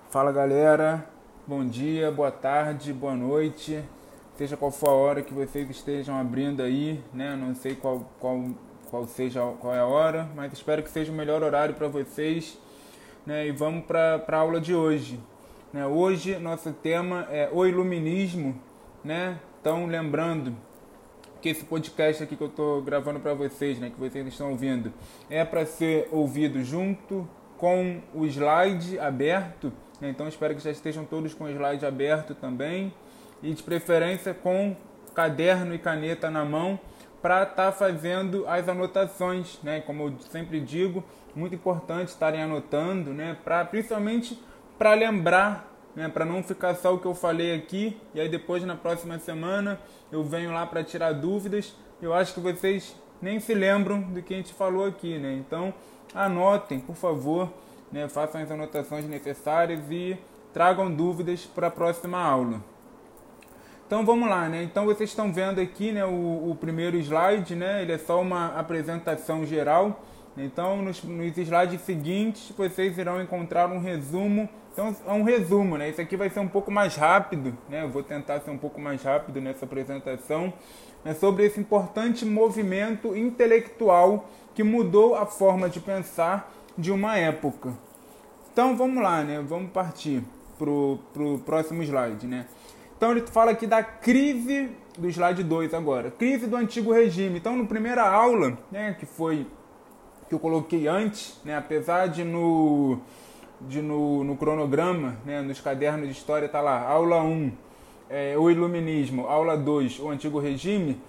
Fala galera, bom dia, boa tarde, boa noite, seja qual for a hora que vocês estejam abrindo aí, né? Não sei qual é a hora, mas espero que seja o melhor horário para vocês, né? E vamos para a aula de hoje, né? Hoje nosso tema é o iluminismo, né? Então lembrando que esse podcast aqui que eu estou gravando para vocês, né, que vocês estão ouvindo, é para ser ouvido junto com o slide aberto, né? Então espero que já estejam todos com o slide aberto também e de preferência com caderno e caneta na mão para estar fazendo as anotações, né? Como eu sempre digo, muito importante estarem anotando, né? Principalmente para lembrar, né, para não ficar só o que eu falei aqui e aí depois na próxima semana eu venho lá para tirar dúvidas. Eu acho que vocês nem se lembram do que a gente falou aqui, né? Então anotem, por favor, né, façam as anotações necessárias e tragam dúvidas para a próxima aula. Então vamos lá, né? Então vocês estão vendo aqui, né, o primeiro slide, né? Ele é só uma apresentação geral. Então nos slides seguintes vocês irão encontrar um resumo. Então é um resumo, né? Isso aqui vai ser um pouco mais rápido, né? Eu vou tentar ser um pouco mais rápido nessa apresentação, né, sobre esse importante movimento intelectual que mudou a forma de pensar de uma época. Então vamos lá, né? Vamos partir pro próximo slide, né? Então ele fala aqui da crise do slide 2 agora, crise do antigo regime. Então na primeira aula, né, que eu coloquei antes, né, apesar de no cronograma, né, nos cadernos de história tá lá, aula 1, o iluminismo, aula 2, o antigo regime.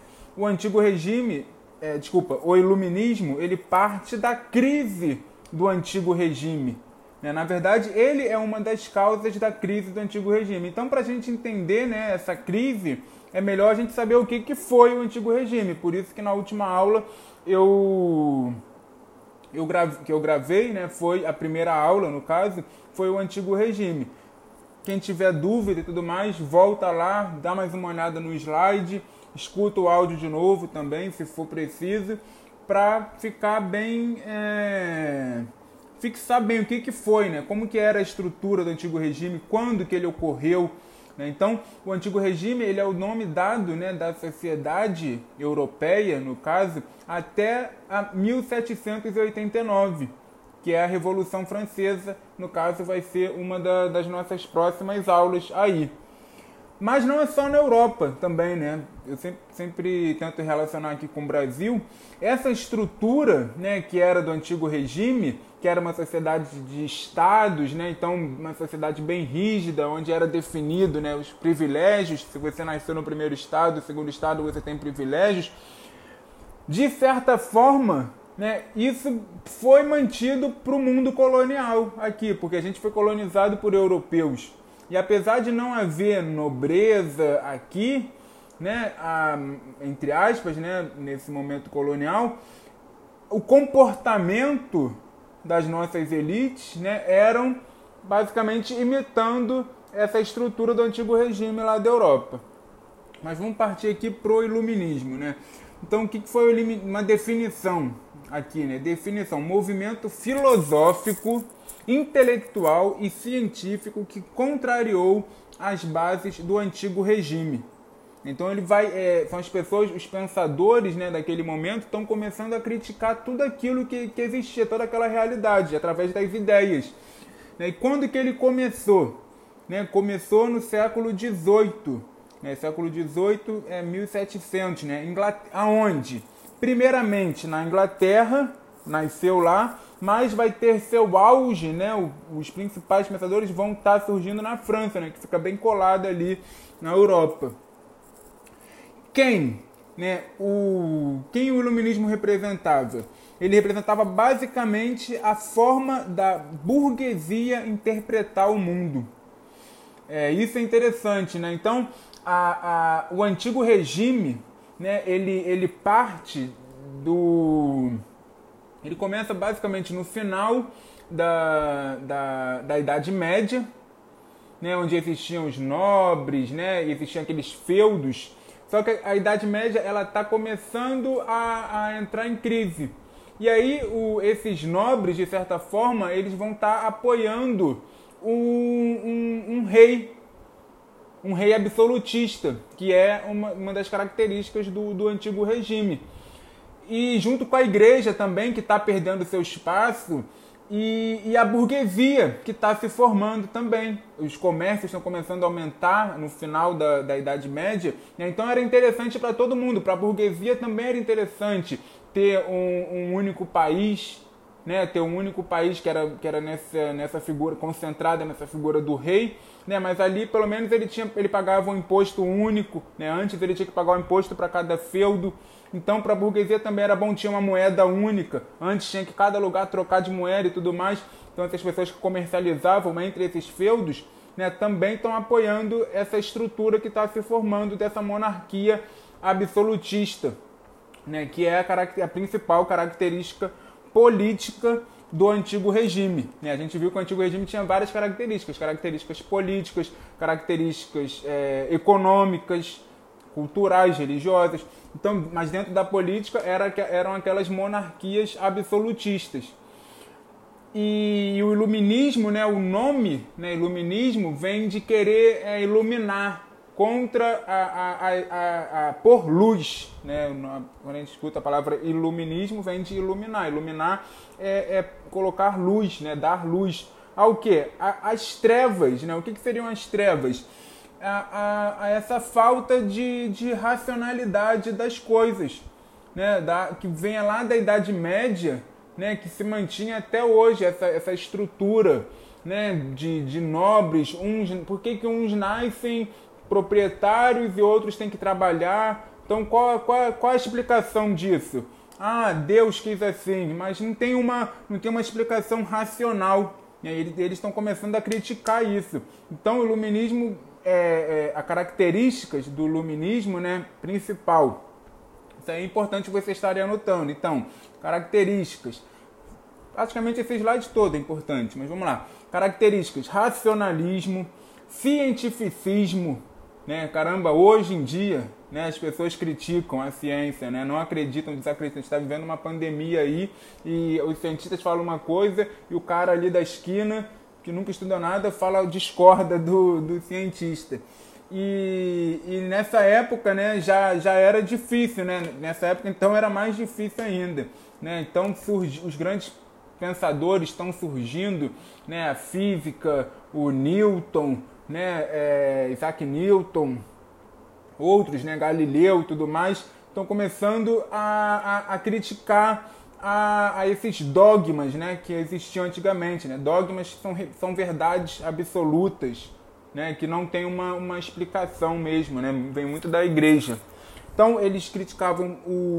O iluminismo, ele parte da crise do antigo regime. Na verdade, ele é uma das causas da crise do antigo regime. Então, para a gente entender, né, essa crise, é melhor a gente saber o que foi o antigo regime. Por isso que na última aula eu gravei, né, foi a primeira aula, no caso, foi o antigo regime. Quem tiver dúvida e tudo mais, volta lá, dá mais uma olhada no slide, escuta o áudio de novo também, se for preciso, para ficar bem... fixar bem o que foi, né? Como que era a estrutura do antigo regime, quando que ele ocorreu, né? Então, o antigo regime, ele é o nome dado, né, da sociedade europeia, no caso, até 1789, que é a Revolução Francesa. No caso, vai ser uma das nossas próximas aulas aí. Mas não é só na Europa também, né? Eu sempre tento relacionar aqui com o Brasil. Essa estrutura, né, que era do antigo regime, que era uma sociedade de estados, né? Então uma sociedade bem rígida, onde era definido, né, os privilégios. Se você nasceu no primeiro estado, no segundo estado, você tem privilégios. De certa forma, né, isso foi mantido para o mundo colonial aqui, porque a gente foi colonizado por europeus. E apesar de não haver nobreza aqui, né, entre aspas, né, nesse momento colonial, o comportamento das nossas elites, né, eram basicamente imitando essa estrutura do antigo regime lá da Europa. Mas vamos partir aqui pro iluminismo, né? Então o que foi uma definição aqui, né? Definição: movimento filosófico, intelectual e científico que contrariou as bases do antigo regime. Então ele são as pessoas, os pensadores, né, daquele momento estão começando a criticar tudo aquilo que existia, toda aquela realidade, através das ideias. E quando que ele começou? Né? Começou no século XVIII. Né? Século XVIII é 1700. Né? Aonde? Primeiramente na Inglaterra, nasceu lá, mas vai ter seu auge, né? Os principais pensadores vão estar surgindo na França, né? Que fica bem colado ali na Europa. Quem o iluminismo representava? Ele representava basicamente a forma da burguesia interpretar o mundo. Isso é interessante, né? Então, o antigo regime, né, ele parte do... Ele começa basicamente no final da Idade Média, né, onde existiam os nobres, né, existiam aqueles feudos. Só que a Idade Média ela está começando a entrar em crise. E aí esses nobres, de certa forma, eles vão estar apoiando um rei absolutista, que é uma das características do antigo regime. E junto com a igreja também, que está perdendo seu espaço, e a burguesia, que está se formando também. Os comércios estão começando a aumentar no final da Idade Média, né? Então era interessante para todo mundo. Para a burguesia também era interessante ter um único país, né? Ter um único país que era nessa figura, concentrada nessa figura do rei, né? Mas ali pelo menos ele pagava um imposto único, né? Antes ele tinha que pagar um imposto para cada feudo. Então, para a burguesia também era bom, tinha uma moeda única. Antes tinha que cada lugar trocar de moeda e tudo mais. Então, essas pessoas que comercializavam entre esses feudos, né, também estão apoiando essa estrutura que está se formando dessa monarquia absolutista, né, que é a principal característica política do antigo regime. A gente viu que o antigo regime tinha várias características políticas, características econômicas, culturais, religiosas. Então, mas dentro da política eram aquelas monarquias absolutistas. E o iluminismo, né, o nome, né, iluminismo, vem de querer iluminar contra por luz, né? Quando a gente escuta a palavra iluminismo, vem de iluminar. Iluminar é colocar luz, né, dar luz ao quê? As trevas, né? O que seriam as trevas? A essa falta de racionalidade das coisas, né? Que vem lá da Idade Média, né? Que se mantinha até hoje, essa estrutura, né? de nobres. Por que uns nascem proprietários e outros têm que trabalhar? Então qual a explicação disso? Deus quis assim, mas não tem uma explicação racional. Eles estão começando a criticar isso. Então o iluminismo, as características do iluminismo, né, principal. Isso é importante vocês estarem anotando. Então, características. Praticamente esse slide todo é importante, mas vamos lá. Características: racionalismo, cientificismo, né? Caramba, hoje em dia, né, as pessoas criticam a ciência, né? Não acreditam, desacreditam. A gente está vivendo uma pandemia aí e os cientistas falam uma coisa e o cara ali da esquina, que nunca estudou nada, discorda do cientista. E nessa época, né, já era difícil, né? Nessa época, então, era mais difícil ainda, né? Então, os grandes pensadores estão surgindo, né? A física, o Newton, né? Isaac Newton, outros, né? Galileu e tudo mais, estão começando a criticar a esses dogmas, né, que existiam antigamente, né? Dogmas são verdades absolutas, né, que não tem uma explicação mesmo, né? Vem muito da igreja. Então eles criticavam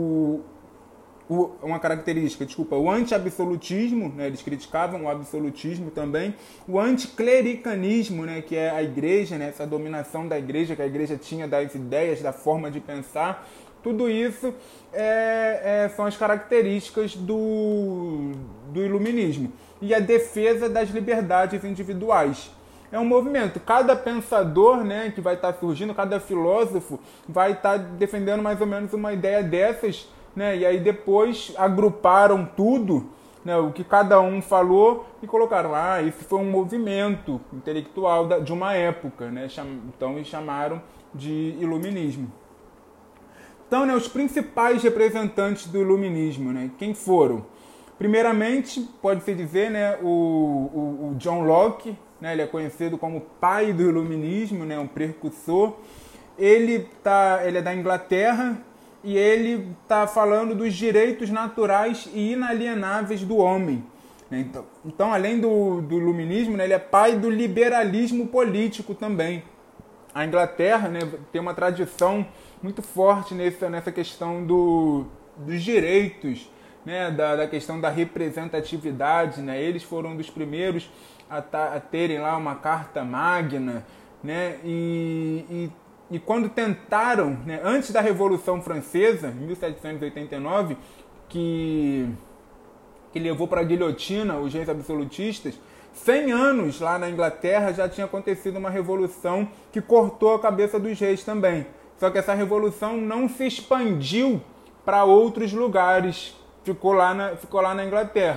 uma característica, o anti-absolutismo, né? Eles criticavam o absolutismo também, o anticlericanismo, né, que é a igreja, né, essa dominação da igreja que a igreja tinha das ideias, da forma de pensar. Tudo isso são as características do iluminismo. E a defesa das liberdades individuais. É um movimento. Cada pensador, né, que vai estar surgindo, cada filósofo vai estar defendendo mais ou menos uma ideia dessas, né, e aí depois agruparam tudo, né, o que cada um falou e colocaram, isso foi um movimento intelectual de uma época, né, então eles chamaram de iluminismo. Então, né, os principais representantes do iluminismo, né, quem foram? Primeiramente, pode-se dizer, né, o John Locke, né, ele é conhecido como pai do iluminismo, né, um precursor. Ele é da Inglaterra e ele está falando dos direitos naturais e inalienáveis do homem. Né? Então, além do iluminismo, né, ele é pai do liberalismo político também. A Inglaterra, né, tem uma tradição muito forte nessa questão dos direitos, né, da questão da representatividade, né? Eles foram um dos primeiros a terem lá uma carta magna, né? E quando tentaram, né, antes da Revolução Francesa, em 1789, que levou para a guilhotina os reis absolutistas, 100 anos lá na Inglaterra já tinha acontecido uma revolução que cortou a cabeça dos reis também. Só que essa revolução não se expandiu para outros lugares, ficou lá na Inglaterra.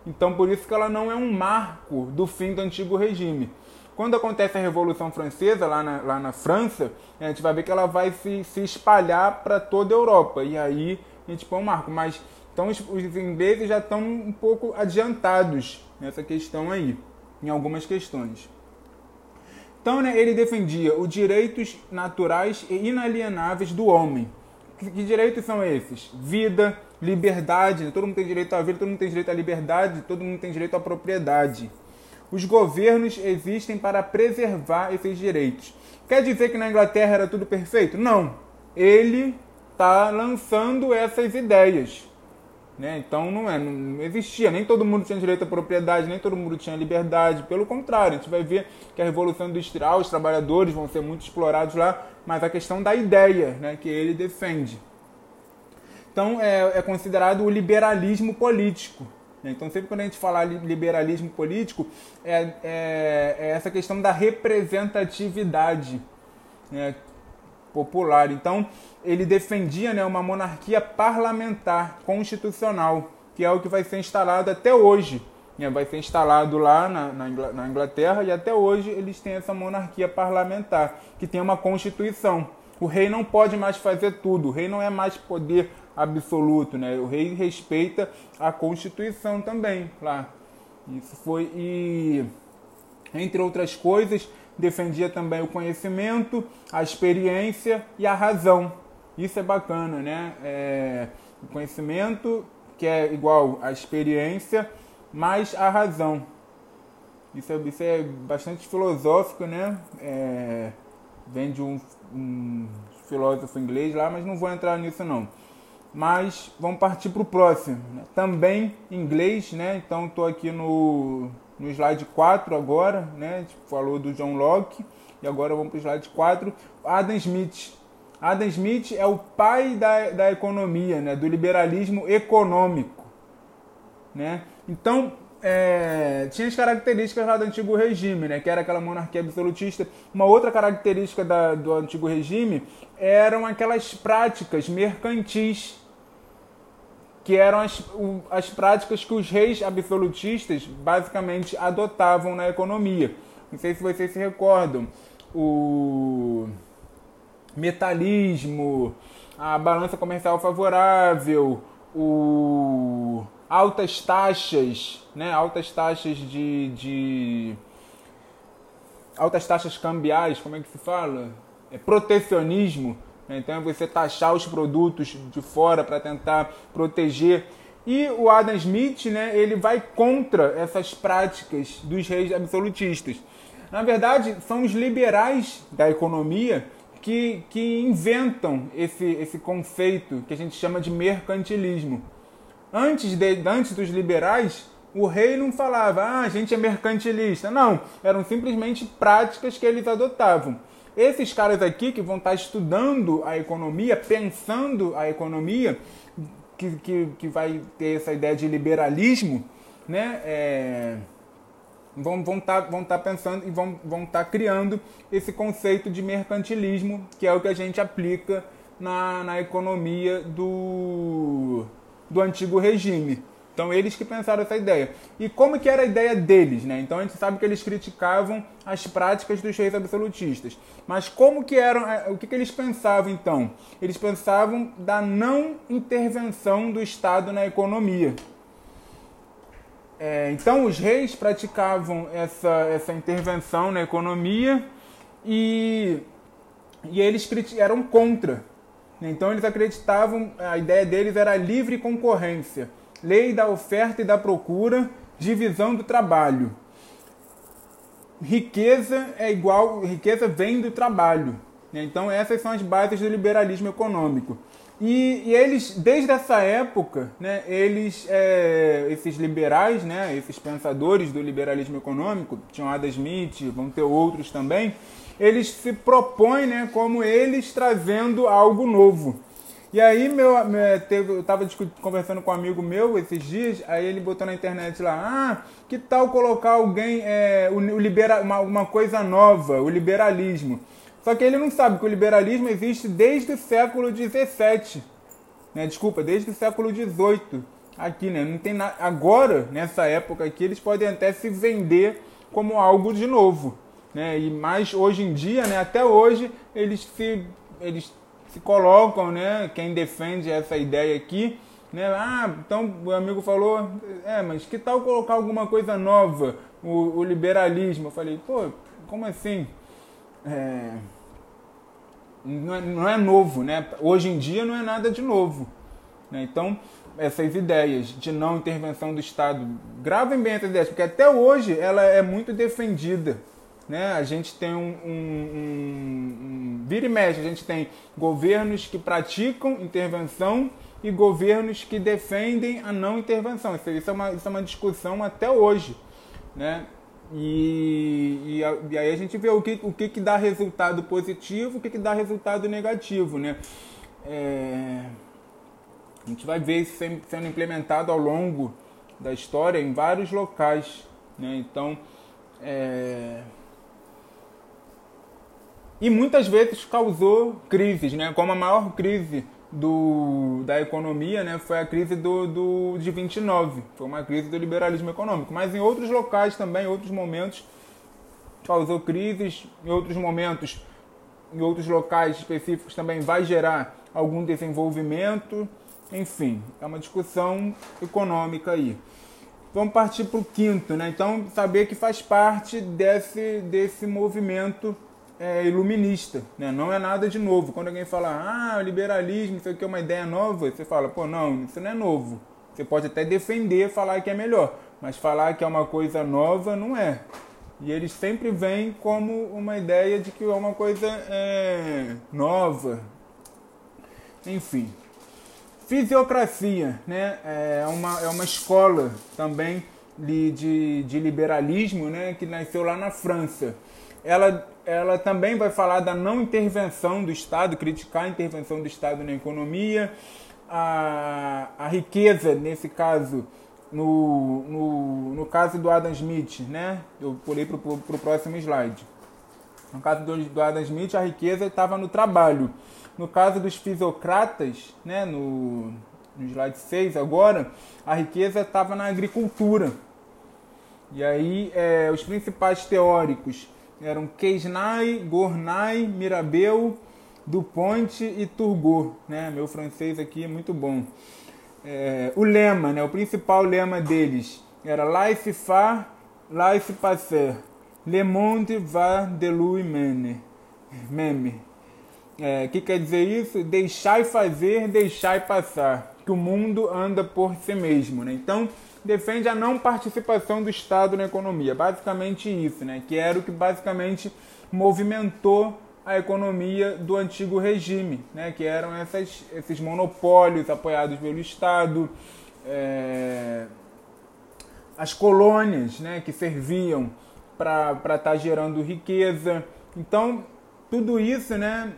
Então, por isso que ela não é um marco do fim do Antigo Regime. Quando acontece a Revolução Francesa, lá na França, a gente vai ver que ela vai se espalhar para toda a Europa. E aí a gente põe um marco. Mas então os ingleses já estão um pouco adiantados nessa questão aí, em algumas questões. Então, né, ele defendia os direitos naturais e inalienáveis do homem. Que direitos são esses? Vida, liberdade, né? Todo mundo tem direito à vida, todo mundo tem direito à liberdade, todo mundo tem direito à propriedade. Os governos existem para preservar esses direitos. Quer dizer que na Inglaterra era tudo perfeito? Não. Ele está lançando essas ideias. Né? Então não existia, nem todo mundo tinha direito à propriedade, nem todo mundo tinha liberdade. Pelo contrário, a gente vai ver que a Revolução Industrial, os trabalhadores vão ser muito explorados lá, mas a questão da ideia, né, que ele defende. Então é considerado o liberalismo político. Então, sempre quando a gente falar liberalismo político, é essa questão da representatividade, né, popular. Então, ele defendia, né, uma monarquia parlamentar, constitucional, que é o que vai ser instalado até hoje. Né, vai ser instalado lá na Inglaterra e até hoje eles têm essa monarquia parlamentar, que tem uma constituição. O rei não pode mais fazer tudo, o rei não é mais poder absoluto, né? O rei respeita a Constituição também, lá. Isso foi, e entre outras coisas, defendia também o conhecimento, a experiência e a razão. Isso é bacana, né? O conhecimento, que é igual à experiência, mais a razão. Isso é bastante filosófico, né? Vem de um filósofo inglês lá, mas não vou entrar nisso não. Mas vamos partir para o próximo, né? Também em inglês, né? Então estou aqui no slide 4 agora, né? A gente falou do John Locke e agora vamos para o slide 4. Adam Smith. Adam Smith é o pai da economia, né? Do liberalismo econômico, né? Então tinha as características lá do Antigo Regime, né? Que era aquela monarquia absolutista. Uma outra característica do Antigo Regime eram aquelas práticas mercantis, que eram as práticas que os reis absolutistas basicamente adotavam na economia. Não sei se vocês se recordam. O metalismo, a balança comercial favorável, altas taxas, né? Altas taxas altas taxas cambiais, como é que se fala? Protecionismo. Então é você taxar os produtos de fora para tentar proteger. E o Adam Smith, né, ele vai contra essas práticas dos reis absolutistas. Na verdade, são os liberais da economia que inventam esse conceito que a gente chama de mercantilismo. Antes dos liberais, o rei não falava, a gente é mercantilista. Não, eram simplesmente práticas que eles adotavam. Esses caras aqui que vão estar estudando a economia, pensando a economia, que vai ter essa ideia de liberalismo, né? Vão estar pensando e vão estar criando esse conceito de mercantilismo, que é o que a gente aplica na economia do Antigo Regime. Então, eles que pensaram essa ideia. E como que era a ideia deles, né? Então, a gente sabe que eles criticavam as práticas dos reis absolutistas. Mas como que eram, o que eles pensavam, então? Eles pensavam da não intervenção do Estado na economia. Então, os reis praticavam essa intervenção na economia e eles eram contra. Então, eles acreditavam, a ideia deles era a livre concorrência. Lei da oferta e da procura, divisão do trabalho. Riqueza riqueza vem do trabalho. Então essas são as bases do liberalismo econômico. E eles, desde essa época, né, esses liberais, né, esses pensadores do liberalismo econômico, tinham Adam Smith, vão ter outros também, eles se propõem, né, como eles trazendo algo novo. E aí eu estava conversando com um amigo meu esses dias, aí ele botou na internet lá, que tal colocar alguém, uma coisa nova, o liberalismo. Só que ele não sabe que o liberalismo existe desde o século XVII, né? Desculpa, desde o século XVIII, aqui, né? Não tem nada. Agora, nessa época aqui, eles podem até se vender como algo de novo, né? E mais hoje em dia, né? Até hoje eles se colocam, né? Quem defende essa ideia aqui, né? Ah, então o amigo falou, mas que tal colocar alguma coisa nova, o liberalismo? Eu falei, pô, como assim? Não é novo, né? Hoje em dia não é nada de novo, né? Então, essas ideias de não intervenção do Estado, gravem bem essas ideias, porque até hoje ela é muito defendida, né? A gente tem vira e mexe, a gente tem governos que praticam intervenção e governos que defendem a não intervenção. Isso é uma discussão até hoje, né? E aí a gente vê o que dá resultado positivo, o que dá resultado negativo, né? A gente vai ver isso sendo implementado ao longo da história em vários locais, né? Então, e muitas vezes causou crises, né? Como a maior crise da economia, né? Foi a crise de 29, foi uma crise do liberalismo econômico. Mas em outros locais também, em outros momentos, causou crises, em outros momentos, em outros locais específicos também vai gerar algum desenvolvimento. Enfim, é uma discussão econômica aí. Vamos partir para o quinto, né? Então, saber que faz parte desse movimento iluminista, né? Não é nada de novo. Quando alguém fala, liberalismo, isso aqui é uma ideia nova, você fala, pô, não, isso não é novo. Você pode até defender, falar que é melhor, mas falar que é uma coisa nova não é. E eles sempre vêm como uma ideia de que é uma coisa nova. Enfim. Fisiocracia, né? É uma escola também de liberalismo, né? Que nasceu lá na França. Ela também vai falar da não intervenção do Estado, criticar a intervenção do Estado na economia, a riqueza, nesse caso, no caso do Adam Smith, né? Eu pulei para o próximo slide. No caso do Adam Smith, a riqueza estava no trabalho. No caso dos fisiocratas, né, no slide 6 agora, a riqueza estava na agricultura. E aí os principais teóricos eram Quesnay, Gournay, Mirabeau, Dupont e Turgot, né? Meu francês aqui é muito bom. O lema, né, o principal lema deles era Laissez-faire, laissez-passer, le monde va de lui-même. Que quer dizer isso? Deixai fazer, deixai passar, que o mundo anda por si mesmo, né? Então, defende a não participação do Estado na economia, basicamente isso, né? Que era o que basicamente movimentou a economia do antigo regime, né? Que eram esses monopólios apoiados pelo Estado, as colônias, né? Que serviam para estar gerando riqueza. Então, tudo isso, né,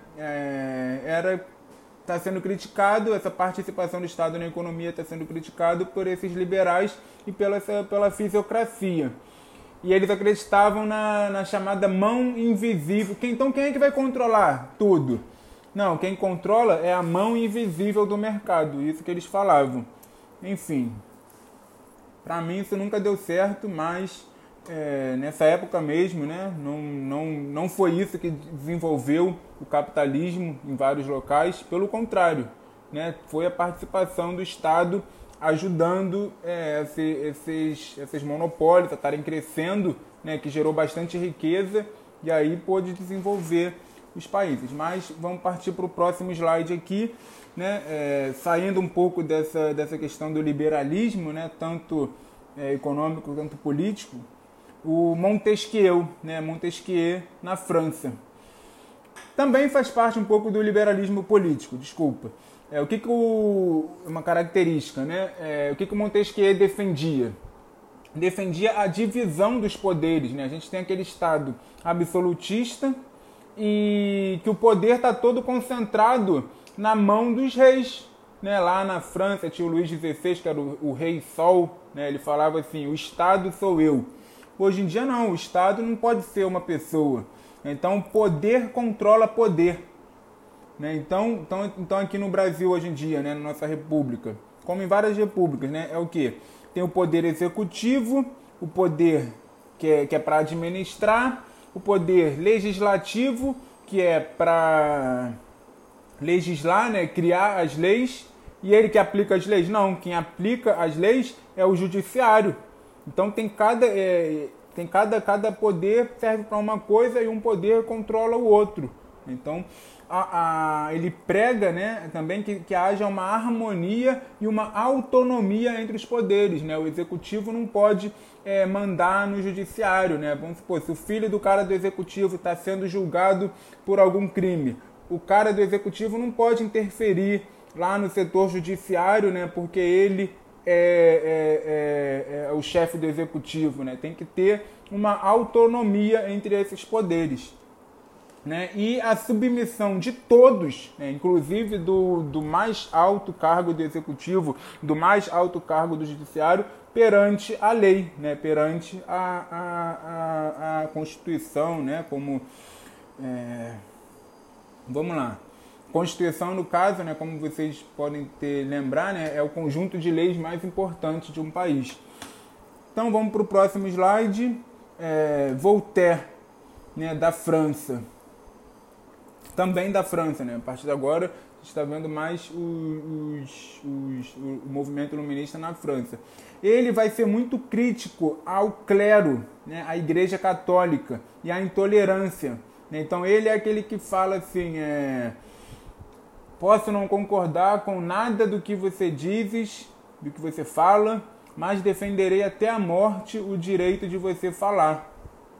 está sendo criticado, essa participação do Estado na economia está sendo criticado por esses liberais e pela fisiocracia. E eles acreditavam na chamada mão invisível. Então quem é que vai controlar tudo? Não, quem controla é a mão invisível do mercado, isso que eles falavam. Enfim, para mim isso nunca deu certo, mas nessa época mesmo, né, não foi isso que desenvolveu o capitalismo em vários locais, pelo contrário, né, foi a participação do Estado ajudando esses monopólios a estarem crescendo, né, que gerou bastante riqueza e aí pôde desenvolver os países. Mas vamos partir para o próximo slide aqui, né, saindo um pouco dessa questão do liberalismo, né, tanto econômico quanto político. O Montesquieu, né? Montesquieu na França. Também faz parte um pouco do liberalismo político, desculpa. Uma característica, né? O que o Montesquieu defendia? Defendia a divisão dos poderes, né? A gente tem aquele Estado absolutista e que o poder está todo concentrado na mão dos reis, né? Lá na França tinha o Luís XVI, que era o rei Sol, né? Ele falava assim, o Estado sou eu. Hoje em dia não, o Estado não pode ser uma pessoa. Então, poder controla poder. Né? Então aqui no Brasil hoje em dia, né, na nossa república, como em várias repúblicas, né? É o quê? Tem o poder executivo, o poder que é para administrar, o poder legislativo, que é para legislar, né? Criar as leis, e ele que aplica as leis. Não, quem aplica as leis é o judiciário. Então cada poder serve para uma coisa e um poder controla o outro. Então ele prega, né, também que haja uma harmonia e uma autonomia entre os poderes, né? O executivo não pode mandar no judiciário, né? Vamos supor, se o filho do cara do executivo está sendo julgado por algum crime, o cara do executivo não pode interferir lá no setor judiciário, né? Porque ele é o chefe do executivo, né? Tem que ter uma autonomia entre esses poderes, né? E a submissão de todos, né? Inclusive do mais alto cargo do executivo, do mais alto cargo do judiciário, perante a lei, né? Perante a Constituição, né? Como vamos lá. Constituição, no caso, né, como vocês podem lembrar, né, é o conjunto de leis mais importante de um país. Então vamos para o próximo slide. Voltaire, né, da França. Também da França, né? A partir de agora a gente está vendo mais o movimento iluminista na França. Ele vai ser muito crítico ao clero, né, à Igreja Católica e à intolerância. Então ele é aquele que fala assim, posso não concordar com nada do que você dizes, do que você fala, mas defenderei até a morte o direito de você falar.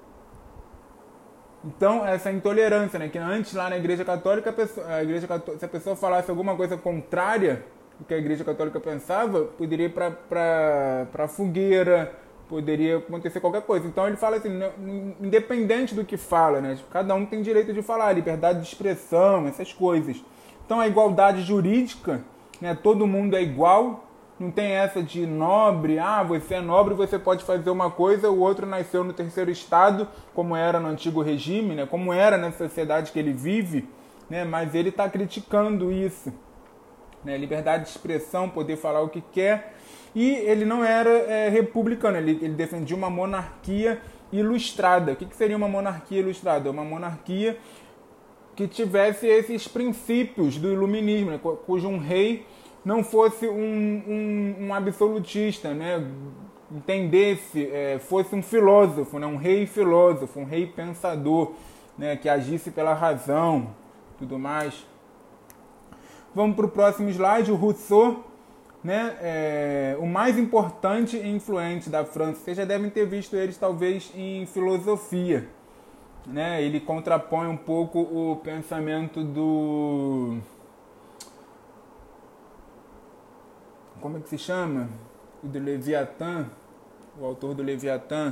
Então, essa intolerância, né? Que antes lá na Igreja Católica, se a pessoa falasse alguma coisa contrária do que a Igreja Católica pensava, poderia ir para fogueira, poderia acontecer qualquer coisa. Então ele fala assim, independente do que fala, né? Cada um tem direito de falar, liberdade de expressão, essas coisas. Então a igualdade jurídica, né? Todo mundo é igual, não tem essa de nobre, você é nobre, você pode fazer uma coisa, o outro nasceu no terceiro estado, como era no antigo regime, né? Como era na sociedade que ele vive, né? Mas ele está criticando isso, né? Liberdade de expressão, poder falar o que quer. E ele não era republicano, ele defendia uma monarquia ilustrada. O que seria uma monarquia ilustrada? Uma monarquia que tivesse esses princípios do iluminismo, né? Cujo um rei não fosse um absolutista, né? Entendesse, fosse um filósofo, né? Um rei filósofo, um rei pensador, né? Que agisse pela razão, tudo mais. Vamos para o próximo slide, o Rousseau, né? O mais importante e influente da França. Vocês já devem ter visto eles talvez em filosofia, né? Ele contrapõe um pouco o pensamento do... Como é que se chama? O do Leviatã, o autor do Leviatã,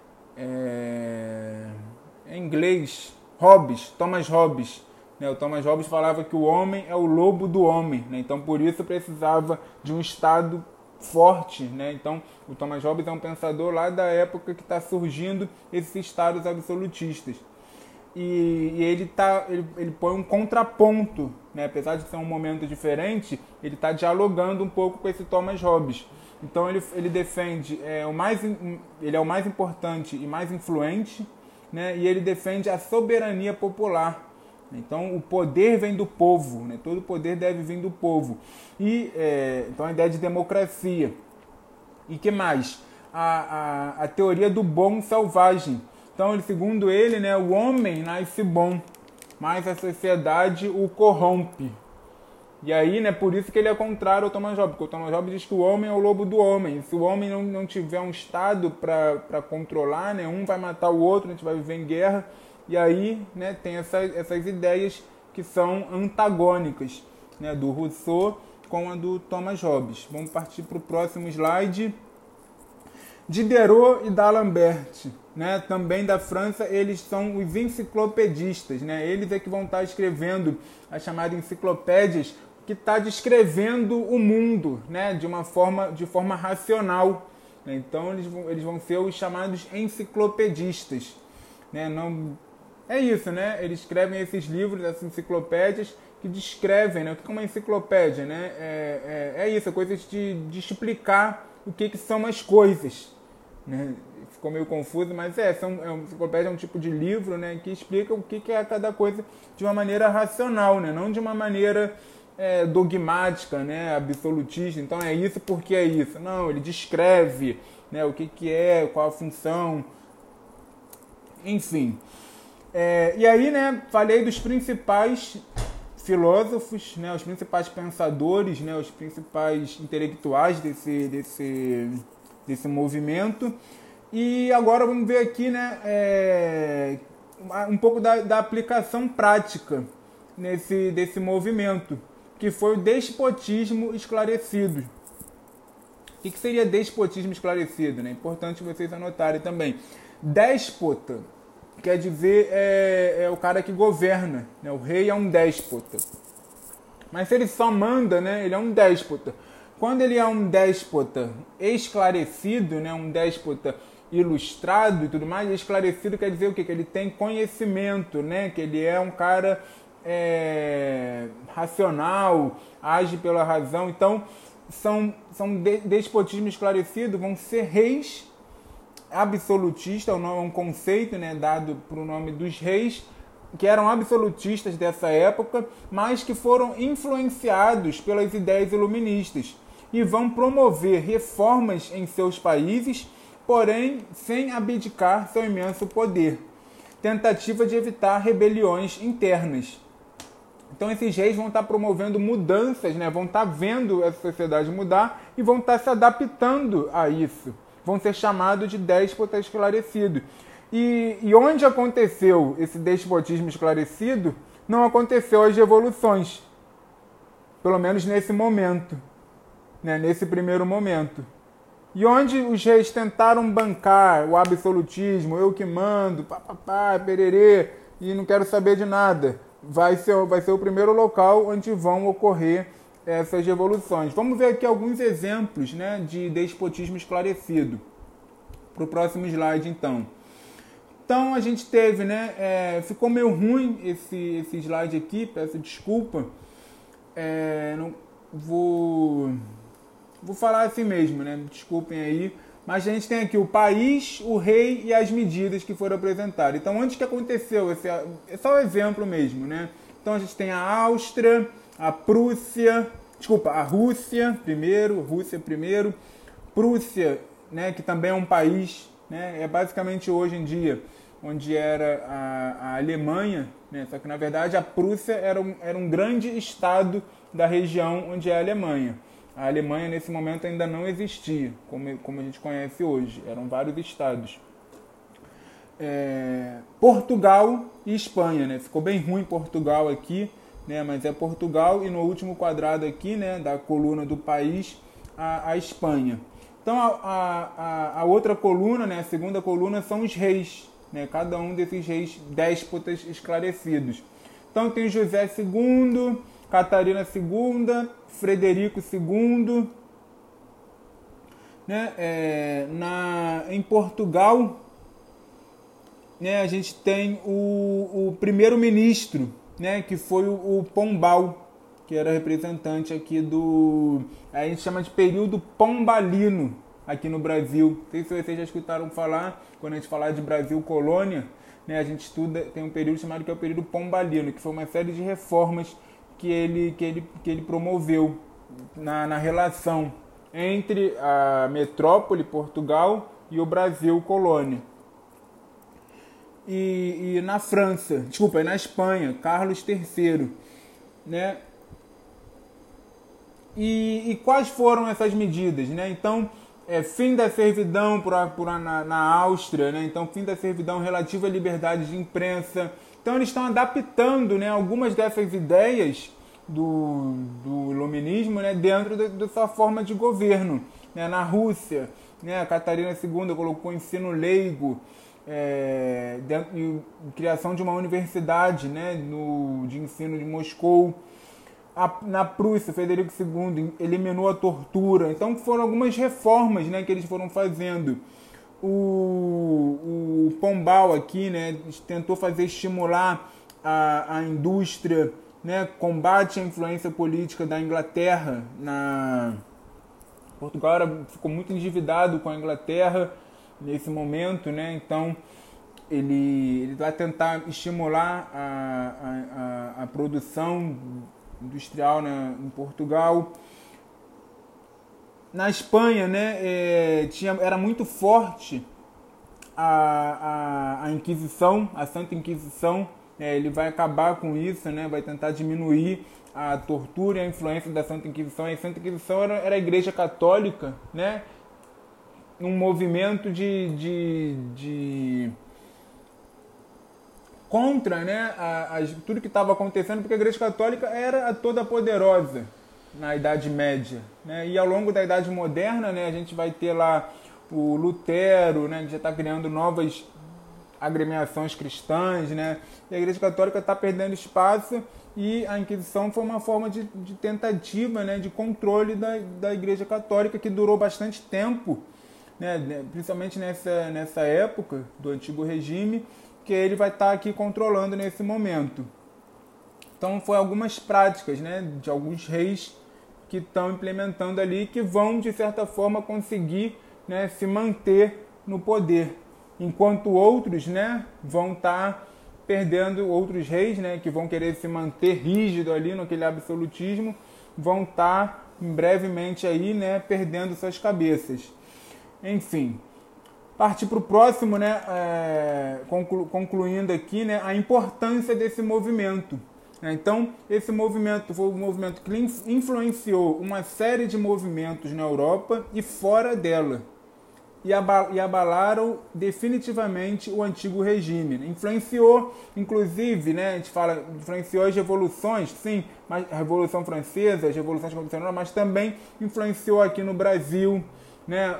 em inglês, Hobbes, Thomas Hobbes. O Thomas Hobbes falava que o homem é o lobo do homem, né? Então por isso precisava de um Estado forte, né? Então o Thomas Hobbes é um pensador lá da época que está surgindo esses estados absolutistas. E ele põe um contraponto, né? Apesar de ser um momento diferente, ele está dialogando um pouco com esse Thomas Hobbes. Então ele defende, ele é o mais importante e mais influente, né? E ele defende a soberania popular. Então o poder vem do povo, né? Todo poder deve vir do povo. E então a ideia de democracia. E que mais? A teoria do bom selvagem. Então, segundo ele, né, o homem nasce bom, mas a sociedade o corrompe. E aí, né, por isso que ele é contrário ao Thomas Hobbes, porque o Thomas Hobbes diz que o homem é o lobo do homem. Se o homem não tiver um Estado para controlar, né, um vai matar o outro, a gente vai viver em guerra. E aí, né, tem essas ideias que são antagônicas, né, do Rousseau com a do Thomas Hobbes. Vamos partir para o próximo slide. Diderot e D'Alembert, né, também da França, eles são os enciclopedistas, né? Eles é que vão estar escrevendo as chamadas enciclopédias, que está descrevendo o mundo, né, de forma racional, né? Então eles vão ser os chamados enciclopedistas, né? Não, é isso, né? Eles escrevem esses livros, essas enciclopédias, que descrevem, né? O que é uma enciclopédia, né? É isso, é coisa de explicar o que são as coisas, né? Ficou meio confuso, mas uma enciclopédia é um tipo de livro, né, que explica o que é cada coisa de uma maneira racional, né, não de uma maneira dogmática, né, absolutista. Então é isso porque é isso. Não, ele descreve, né, o que é, qual a função, enfim. E aí, né, falei dos principais filósofos, né, os principais pensadores, né, os principais intelectuais desse movimento. E agora vamos ver aqui, né, um pouco da aplicação prática desse movimento, que foi o despotismo esclarecido. O que seria despotismo esclarecido? É importante vocês anotarem também. Déspota quer dizer é o cara que governa, né? O rei é um déspota. Mas se ele só manda, né, ele é um déspota. Quando ele é um déspota esclarecido, né, um déspota ilustrado e tudo mais, esclarecido quer dizer o quê? Que ele tem conhecimento, né? Que ele é um cara racional, age pela razão. Então, despotismo esclarecido vão ser reis absolutistas, é um conceito, né, dado para o nome dos reis, que eram absolutistas dessa época, mas que foram influenciados pelas ideias iluministas e vão promover reformas em seus países, porém sem abdicar seu imenso poder. Tentativa de evitar rebeliões internas. Então esses reis vão estar promovendo mudanças, né? Vão estar vendo essa sociedade mudar e vão estar se adaptando a isso. Vão ser chamados de déspota esclarecido. E onde aconteceu esse despotismo esclarecido, não aconteceu as revoluções. Pelo menos nesse momento, né? Nesse primeiro momento. E onde os reis tentaram bancar o absolutismo, eu que mando, papapá, pererê, e não quero saber de nada, vai ser o primeiro local onde vão ocorrer essas revoluções. Vamos ver aqui alguns exemplos, né, de despotismo esclarecido. Para o próximo slide, então. Então, a gente teve, né, ficou meio ruim esse slide aqui, peço desculpa. Não vou falar assim mesmo, né? Desculpem aí. Mas a gente tem aqui o país, o rei e as medidas que foram apresentadas. Então, onde que aconteceu? É só um exemplo mesmo, né? Então, a gente tem a Áustria, a Rússia primeiro, Prússia, né? Que também é um país, né? É basicamente hoje em dia onde era a Alemanha, né? Só que, na verdade, a Prússia era um grande estado da região onde é a Alemanha. A Alemanha, nesse momento, ainda não existia, como a gente conhece hoje. Eram vários estados. Portugal e Espanha, né? Ficou bem ruim Portugal aqui, né? Mas é Portugal e no último quadrado aqui, né, da coluna do país, a Espanha. Então, a outra coluna, né, a segunda coluna, são os reis, né? Cada um desses reis déspotas esclarecidos. Então, tem José II, Catarina II, Frederico II, né? Em Portugal, né, a gente tem o primeiro-ministro, né, que foi o Pombal, que era representante aqui a gente chama de período pombalino aqui no Brasil. Não sei se vocês já escutaram falar, quando a gente falar de Brasil colônia, né, a gente tem um período chamado que é o período pombalino, que foi uma série de reformas que ele promoveu na relação entre a metrópole, Portugal, e o Brasil, colônia. E na França, na Espanha, Carlos III, né? E quais foram essas medidas, né? Então, fim da servidão na Áustria, né? Então, fim da servidão relativa à liberdade de imprensa. Então, eles estão adaptando, né, algumas dessas ideias do iluminismo, né, dentro da sua forma de governo. Né? Na Rússia, né, a Catarina II colocou ensino leigo, e criação de uma universidade, né, de ensino de Moscou. Na Prússia, Frederico II eliminou a tortura. Então foram algumas reformas, né, que eles foram fazendo. O Pombal aqui, né, tentou estimular a indústria né, combate à influência política da Inglaterra. Portugal ficou muito endividado com a Inglaterra nesse momento, né? Então ele vai tentar estimular a produção industrial, né, em Portugal. Na Espanha, né, era muito forte a Inquisição, a Santa Inquisição. Ele vai acabar com isso, né, vai tentar diminuir a tortura e a influência da Santa Inquisição. A Santa Inquisição era a Igreja Católica, né, um movimento de contra, né, tudo que estava acontecendo, porque a Igreja Católica era a toda poderosa na Idade Média, né? E ao longo da Idade Moderna, né, a gente vai ter lá o Lutero, né, que já está criando novas agremiações cristãs, né? E a Igreja Católica está perdendo espaço, e a Inquisição foi uma forma de tentativa, né, de controle da Igreja Católica, que durou bastante tempo, né, principalmente nessa época do Antigo Regime, que ele vai estar aqui controlando nesse momento. Então, foi algumas práticas, né, de alguns reis que estão implementando ali, que vão, de certa forma, conseguir, né, se manter no poder. Enquanto outros, né, vão estar perdendo, outros reis, né, que vão querer se manter rígido ali naquele absolutismo, vão estar brevemente aí, né, perdendo suas cabeças. Enfim, partir para o próximo, né, concluindo aqui, né, a importância desse movimento. Então, esse movimento foi um movimento que influenciou uma série de movimentos na Europa e fora dela, e abalaram definitivamente o antigo regime. Influenciou, inclusive, né, a gente fala, influenciou as revoluções, sim, mas a Revolução Francesa, as revoluções que aconteceram, mas também influenciou aqui no Brasil, né,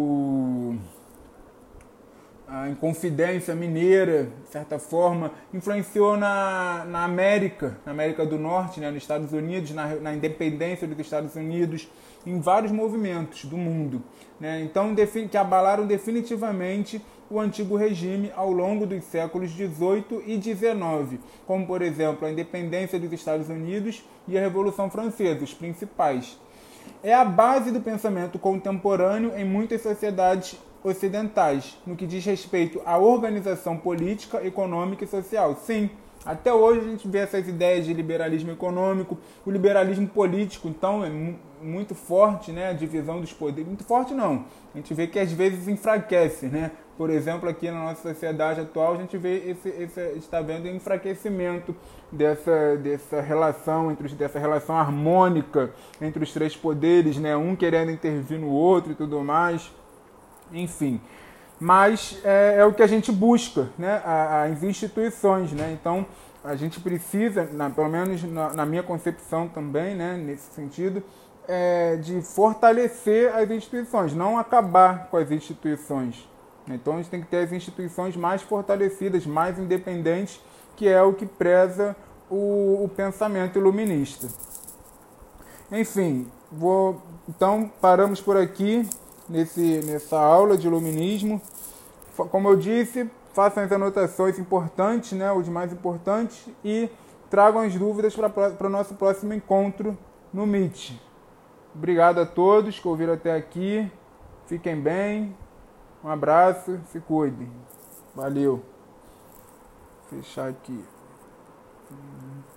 a Inconfidência Mineira, de certa forma, influenciou na América do Norte, né, nos Estados Unidos, na independência dos Estados Unidos, em vários movimentos do mundo, né, então, que abalaram definitivamente o antigo regime ao longo dos séculos XVIII e XIX, como, por exemplo, a independência dos Estados Unidos e a Revolução Francesa, os principais. É a base do pensamento contemporâneo em muitas sociedades ocidentais, no que diz respeito à organização política, econômica e social. Sim, até hoje a gente vê essas ideias de liberalismo econômico, o liberalismo político, então, é muito forte, né, a divisão dos poderes. Muito forte não, a gente vê que às vezes enfraquece, né? Por exemplo, aqui na nossa sociedade atual, a gente vê está vendo enfraquecimento dessa relação dessa relação harmônica entre os três poderes, né? Um querendo intervir no outro e tudo mais. Enfim, mas é o que a gente busca, né? As instituições, né? Então, a gente precisa, pelo menos na minha concepção também, né? Nesse sentido, de fortalecer as instituições, não acabar com as instituições. Então, a gente tem que ter as instituições mais fortalecidas, mais independentes, que é o que preza o pensamento iluminista. Enfim, então paramos por aqui nessa aula de iluminismo. Como eu disse, façam as anotações importantes, né, os mais importantes, e tragam as dúvidas para o nosso próximo encontro no Meet. Obrigado a todos que ouviram até aqui. Fiquem bem. Um abraço, se cuidem. Valeu. Vou fechar aqui.